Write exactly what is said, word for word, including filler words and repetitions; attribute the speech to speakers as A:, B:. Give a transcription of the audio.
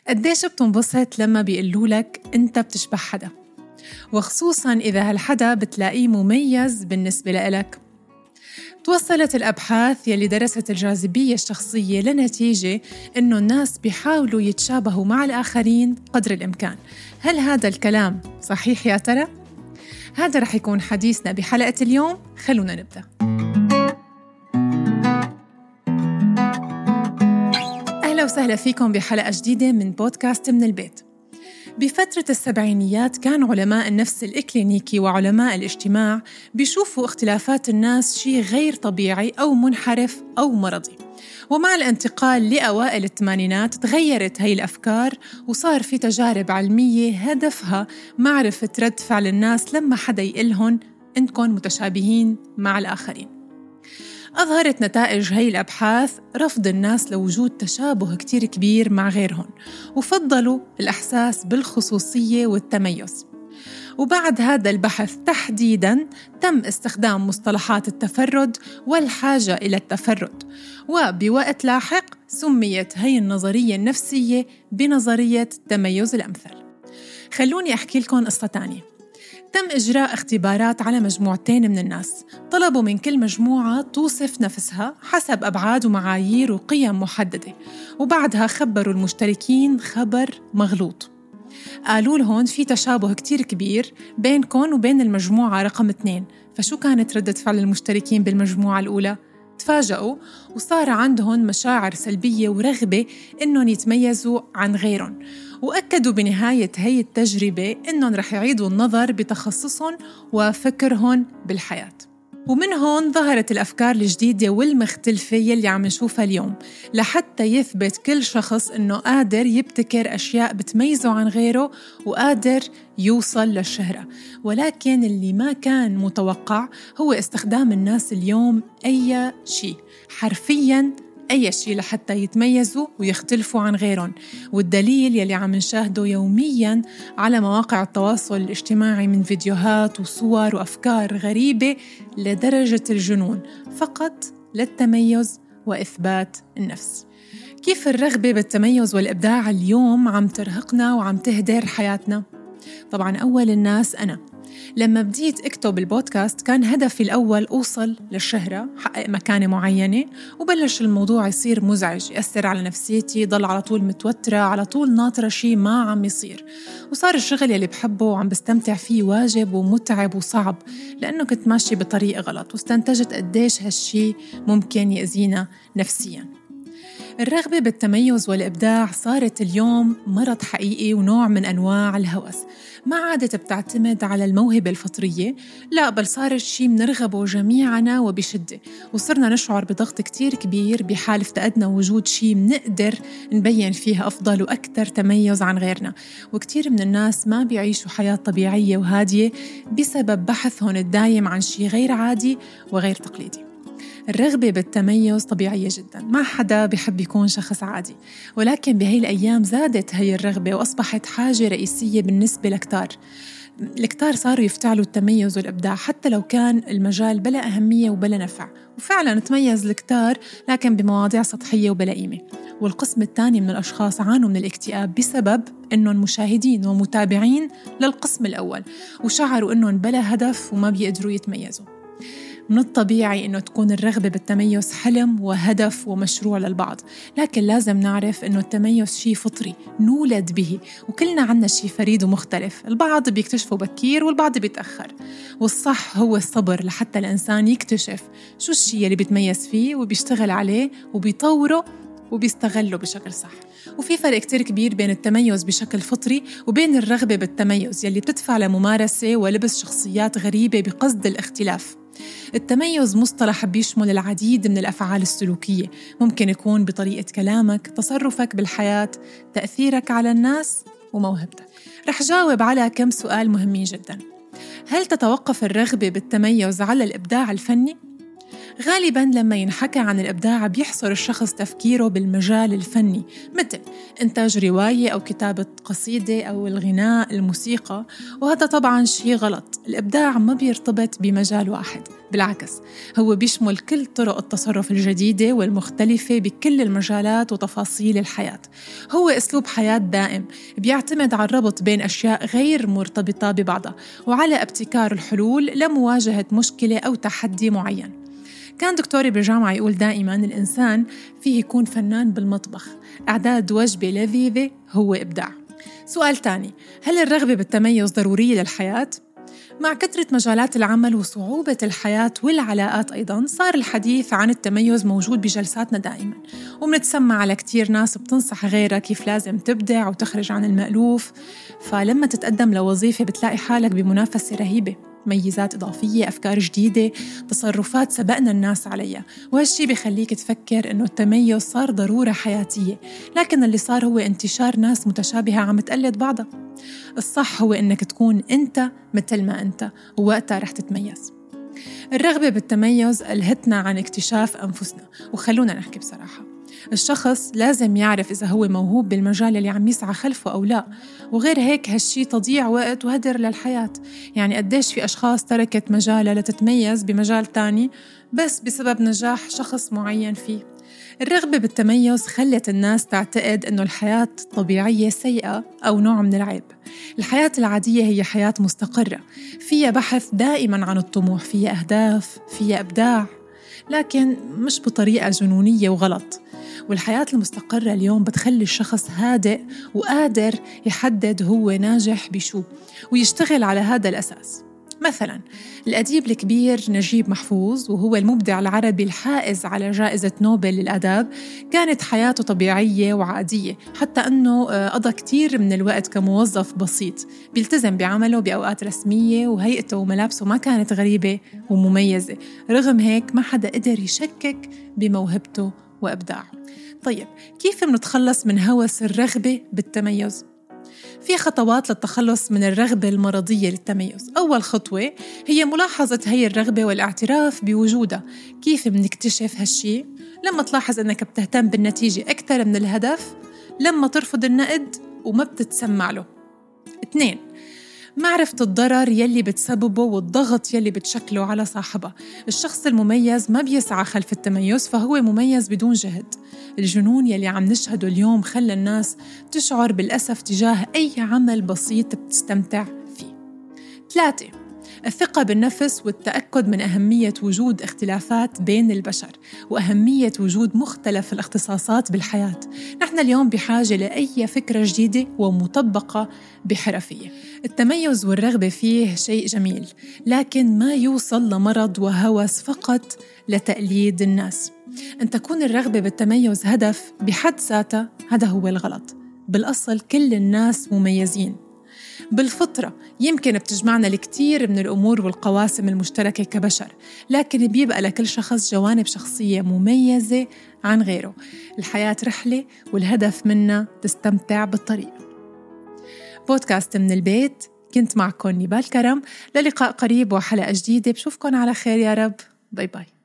A: قديش بتنبسط لما بيقولوا لك أنت بتشبه حدا، وخصوصاً إذا هالحدا بتلاقيه مميز بالنسبة لإلك. توصلت الأبحاث يلي درست الجاذبية الشخصية لنتيجة إنه الناس بيحاولوا يتشابهوا مع الآخرين قدر الإمكان. هل هذا الكلام صحيح يا ترى؟ هذا رح يكون حديثنا بحلقة اليوم، خلونا نبدأ. أهلا وسهلا فيكم بحلقة جديدة من بودكاست من البيت. بفترة السبعينيات كان علماء النفس الإكلينيكي وعلماء الاجتماع بيشوفوا اختلافات الناس شيء غير طبيعي أو منحرف أو مرضي. ومع الانتقال لأوائل الثمانينات تغيرت هاي الأفكار، وصار في تجارب علمية هدفها معرفة رد فعل الناس لما حدا يقلهن إنكم متشابهين مع الآخرين. أظهرت نتائج هاي الأبحاث رفض الناس لوجود تشابه كتير كبير مع غيرهم، وفضلوا الإحساس بالخصوصية والتميز. وبعد هذا البحث تحديداً تم استخدام مصطلحات التفرد والحاجة إلى التفرد، وبوقت لاحق سميت هاي النظرية النفسية بنظرية التميز الأمثل. خلوني أحكي لكم قصة تانية. تم إجراء اختبارات على مجموعتين من الناس، طلبوا من كل مجموعة توصف نفسها حسب أبعاد ومعايير وقيم محددة، وبعدها خبروا المشتركين خبر مغلوط. قالوا لهم في تشابه كتير كبير بينكم وبين المجموعة رقم اثنين. فشو كانت ردة فعل المشتركين بالمجموعة الأولى؟ تفاجأوا وصار عندهم مشاعر سلبية ورغبة إنهم يتميزوا عن غيرهم، وأكدوا بنهاية هاي التجربة إنهم رح يعيدوا النظر بتخصصهم وفكرهم بالحياة. ومن هون ظهرت الأفكار الجديدة والمختلفة يلي عم نشوفها اليوم، لحتى يثبت كل شخص إنه قادر يبتكر أشياء بتميزه عن غيره وقادر يوصل للشهرة. ولكن اللي ما كان متوقع هو استخدام الناس اليوم أي شيء، حرفياً أي شيء، لحتى يتميزوا ويختلفوا عن غيرهم. والدليل يلي عم نشاهده يومياً على مواقع التواصل الاجتماعي من فيديوهات وصور وأفكار غريبة لدرجة الجنون، فقط للتميز وإثبات النفس. كيف الرغبة بالتميز والإبداع اليوم عم ترهقنا وعم تهدر حياتنا؟ طبعاً أول الناس أنا. لما بديت أكتب البودكاست كان هدفي الأول أوصل للشهرة، حقق مكانة معينة، وبلش الموضوع يصير مزعج، يأثر على نفسيتي، ضل على طول متوترة، على طول ناطرة شيء ما عم يصير. وصار الشغل يلي بحبه وعم بستمتع فيه واجب ومتعب وصعب، لأنه كنت ماشي بطريق غلط، واستنتجت قديش هالشي ممكن يأذينا نفسياً. الرغبة بالتميز والإبداع صارت اليوم مرض حقيقي ونوع من أنواع الهوس. ما عادت بتعتمد على الموهبة الفطرية، لا بل صار الشيء منرغبه جميعنا وبشدة، وصرنا نشعر بضغط كتير كبير بحال افتقدنا وجود شيء منقدر نبين فيه أفضل وأكثر تميز عن غيرنا. وكتير من الناس ما بيعيشوا حياة طبيعية وهادية بسبب بحثهم الدايم عن شيء غير عادي وغير تقليدي. الرغبة بالتميز طبيعية جداً، ما حدا بيحب يكون شخص عادي، ولكن بهاي الأيام زادت هاي الرغبة وأصبحت حاجة رئيسية بالنسبة لكتار. الكتار صاروا يفتعلوا التميز والإبداع حتى لو كان المجال بلا أهمية وبلا نفع، وفعلاً تميز الكتار لكن بمواضيع سطحية وبلا قيمة. والقسم الثاني من الأشخاص عانوا من الاكتئاب بسبب أنهم مشاهدين ومتابعين للقسم الأول، وشعروا أنهم بلا هدف وما بيقدروا يتميزوا. من الطبيعي إنه تكون الرغبة بالتميز حلم وهدف ومشروع للبعض، لكن لازم نعرف إنه التميز شيء فطري نولد به، وكلنا عنا شيء فريد ومختلف. البعض بيكتشفوا بكير والبعض بيتأخر، والصح هو الصبر لحتى الإنسان يكتشف شو الشيء اللي بيتميز فيه وبيشتغل عليه وبيطوره وبيستغله بشكل صح. وفي فرق كتير كبير بين التميز بشكل فطري وبين الرغبة بالتميز يلي بتدفع لممارسة ولبس شخصيات غريبة بقصد الاختلاف. التميز مصطلح بيشمل العديد من الأفعال السلوكية، ممكن يكون بطريقة كلامك، تصرفك بالحياة، تأثيرك على الناس وموهبتك. رح جاوب على كم سؤال مهمين جدا. هل تتوقف الرغبة بالتميز على الإبداع الفني؟ غالباً لما ينحكى عن الإبداع بيحصر الشخص تفكيره بالمجال الفني، مثل إنتاج رواية أو كتابة قصيدة أو الغناء، الموسيقى، وهذا طبعاً شيء غلط. الإبداع ما بيرتبط بمجال واحد، بالعكس هو بيشمل كل طرق التصرف الجديدة والمختلفة بكل المجالات وتفاصيل الحياة. هو أسلوب حياة دائم بيعتمد على الربط بين أشياء غير مرتبطة ببعضها وعلى ابتكار الحلول لمواجهة مشكلة أو تحدي معين. كان دكتوري بالجامعة يقول دائماً الإنسان فيه يكون فنان بالمطبخ، إعداد وجبة لذيذة هو إبداع. سؤال تاني، هل الرغبة بالتميز ضرورية للحياة؟ مع كثرة مجالات العمل وصعوبة الحياة والعلاقات أيضاً صار الحديث عن التميز موجود بجلساتنا دائماً، ومنتسمع على كتير ناس بتنصح غيرها كيف لازم تبدع وتخرج عن المألوف. فلما تتقدم لوظيفة بتلاقي حالك بمنافسة رهيبة، ميزات إضافية، أفكار جديدة، تصرفات سبقنا الناس عليها، وهالشي بيخليك تفكر إنه التميز صار ضرورة حياتية، لكن اللي صار هو انتشار ناس متشابهة عم تقلد بعضها. الصح هو إنك تكون أنت مثل ما أنت، ووقتها رح تتميز. الرغبة بالتميز ألهتنا عن اكتشاف أنفسنا، وخلونا نحكي بصراحة، الشخص لازم يعرف إذا هو موهوب بالمجال اللي عم يسعى خلفه أو لا، وغير هيك هالشي تضييع وقت وهدر للحياة. يعني قديش في أشخاص تركت مجالها لتتميز بمجال تاني بس بسبب نجاح شخص معين فيه. الرغبة بالتميز خلت الناس تعتقد إنه الحياة الطبيعية سيئة أو نوع من العيب. الحياة العادية هي حياة مستقرة، فيها بحث دائماً عن الطموح، فيها أهداف، فيها إبداع، لكن مش بطريقة جنونية وغلط. والحياة المستقرة اليوم بتخلي الشخص هادئ وقادر يحدد هو ناجح بشو ويشتغل على هذا الأساس. مثلاً الأديب الكبير نجيب محفوظ، وهو المبدع العربي الحائز على جائزة نوبل للأدب، كانت حياته طبيعية وعادية، حتى أنه قضى كتير من الوقت كموظف بسيط بيلتزم بعمله بأوقات رسمية، وهيئته وملابسه ما كانت غريبة ومميزة. رغم هيك ما حدا قدر يشكك بموهبته وإبداعه. طيب كيف منتخلص من هوس الرغبة بالتميز؟ في خطوات للتخلص من الرغبة المرضية للتميز. أول خطوة هي ملاحظة هي الرغبة والاعتراف بوجودها. كيف منكتشف هالشي؟ لما تلاحظ أنك بتهتم بالنتيجة أكثر من الهدف، لما ترفض النقد وما بتتسمع له. اثنين، معرفة الضرر يلي بتسببه والضغط يلي بتشكله على صاحبه. الشخص المميز ما بيسعى خلف التميز، فهو مميز بدون جهد. الجنون يلي عم نشهده اليوم خلى الناس تشعر بالأسف تجاه أي عمل بسيط بتستمتع فيه. ثلاثة، الثقة بالنفس والتأكد من أهمية وجود اختلافات بين البشر وأهمية وجود مختلف الاختصاصات بالحياة. نحن اليوم بحاجة لأي فكرة جديدة ومطبقة بحرفية. التميز والرغبة فيه شيء جميل، لكن ما يوصل لمرض وهوس فقط لتقليد الناس. أن تكون الرغبة بالتميز هدف بحد ذاته، هذا هو الغلط. بالأصل كل الناس مميزين بالفطرة، يمكن بتجمعنا الكثير من الأمور والقواسم المشتركة كبشر، لكن بيبقى لكل شخص جوانب شخصية مميزة عن غيره. الحياة رحلة والهدف منها تستمتع بالطريق. بودكاست من البيت، كنت معكم نبال كرم، للقاء قريب وحلقة جديدة. بشوفكن على خير يا رب. باي باي.